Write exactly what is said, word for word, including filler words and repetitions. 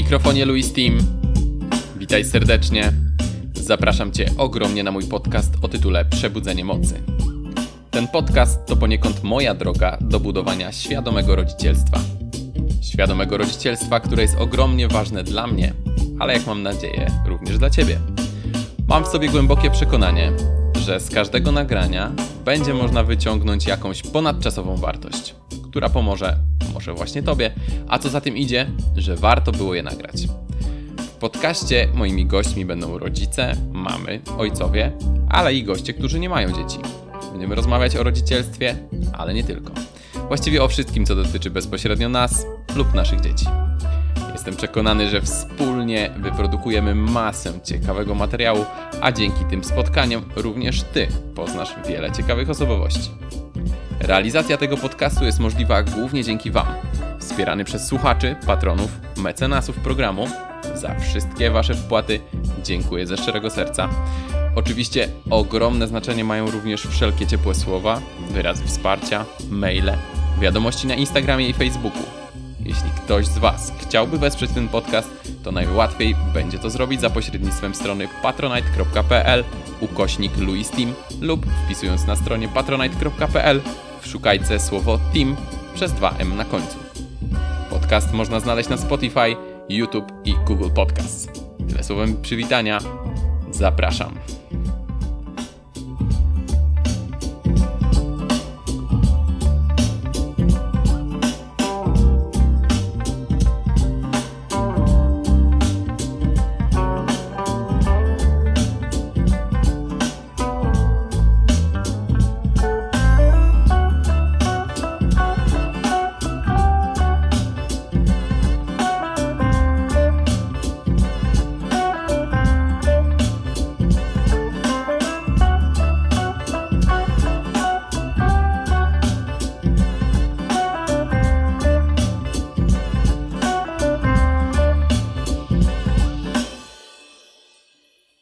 mikrofonie Louis Team. Witaj serdecznie. Zapraszam Cię ogromnie na mój podcast o tytule Przebudzenie mocy. Ten podcast to poniekąd moja droga do budowania świadomego rodzicielstwa. Świadomego rodzicielstwa, które jest ogromnie ważne dla mnie, ale jak mam nadzieję, również dla Ciebie. Mam w sobie głębokie przekonanie, że z każdego nagrania będzie można wyciągnąć jakąś ponadczasową wartość, która pomoże może właśnie Tobie, a co za tym idzie, że warto było je nagrać. W podcaście moimi gośćmi będą rodzice, mamy, ojcowie, ale i goście, którzy nie mają dzieci. Będziemy rozmawiać o rodzicielstwie, ale nie tylko. Właściwie o wszystkim, co dotyczy bezpośrednio nas lub naszych dzieci. Jestem przekonany, że wspólnie wyprodukujemy masę ciekawego materiału, a dzięki tym spotkaniom również Ty poznasz wiele ciekawych osobowości. Realizacja tego podcastu jest możliwa głównie dzięki Wam, wspierany przez słuchaczy, patronów, mecenasów programu. Za wszystkie Wasze wpłaty dziękuję ze szczerego serca. Oczywiście ogromne znaczenie mają również wszelkie ciepłe słowa, wyrazy wsparcia, maile, wiadomości na Instagramie i Facebooku. Jeśli ktoś z Was chciałby wesprzeć ten podcast, to najłatwiej będzie to zrobić za pośrednictwem strony patronite.pl ukośnik Louis Team lub wpisując na stronie patronite kropka p l w szukajce słowo Team przez dwa M na końcu. Podcast można znaleźć na Spotify, YouTube i Google Podcasts. Tyle słowem przywitania. Zapraszam.